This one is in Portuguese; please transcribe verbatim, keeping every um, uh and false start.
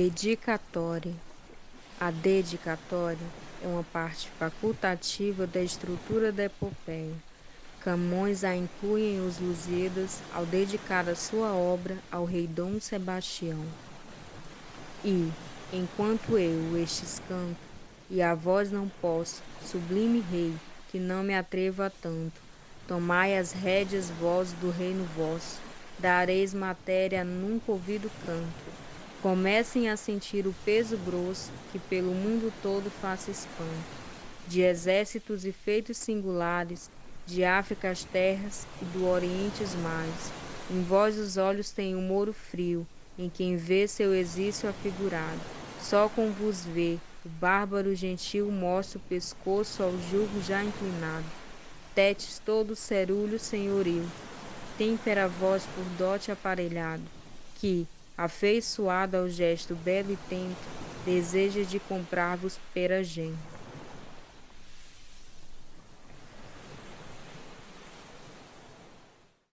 Dedicatória. A dedicatória é uma parte facultativa da estrutura da epopeia. Camões a inclui em Os Lusíadas ao dedicar a sua obra ao rei Dom Sebastião. E, enquanto eu estes canto, e a vós não posso, sublime rei, que não me atrevo a tanto, tomai as rédeas vós do reino vosso, dareis matéria a nunca ouvido canto. Comecem a sentir o peso grosso que pelo mundo todo faça espanto, de exércitos e feitos singulares, de África as terras e do Oriente os mares. Em vós os olhos têm um ouro frio, em quem vê seu exício afigurado. Só com vos ver, o bárbaro gentil mostra o pescoço ao jugo já inclinado. Tétis todo cerúleo senhoril, tempera voz por dote aparelhado, que, afeiçoado ao gesto belo e tento, deseja de comprar-vos pera gem.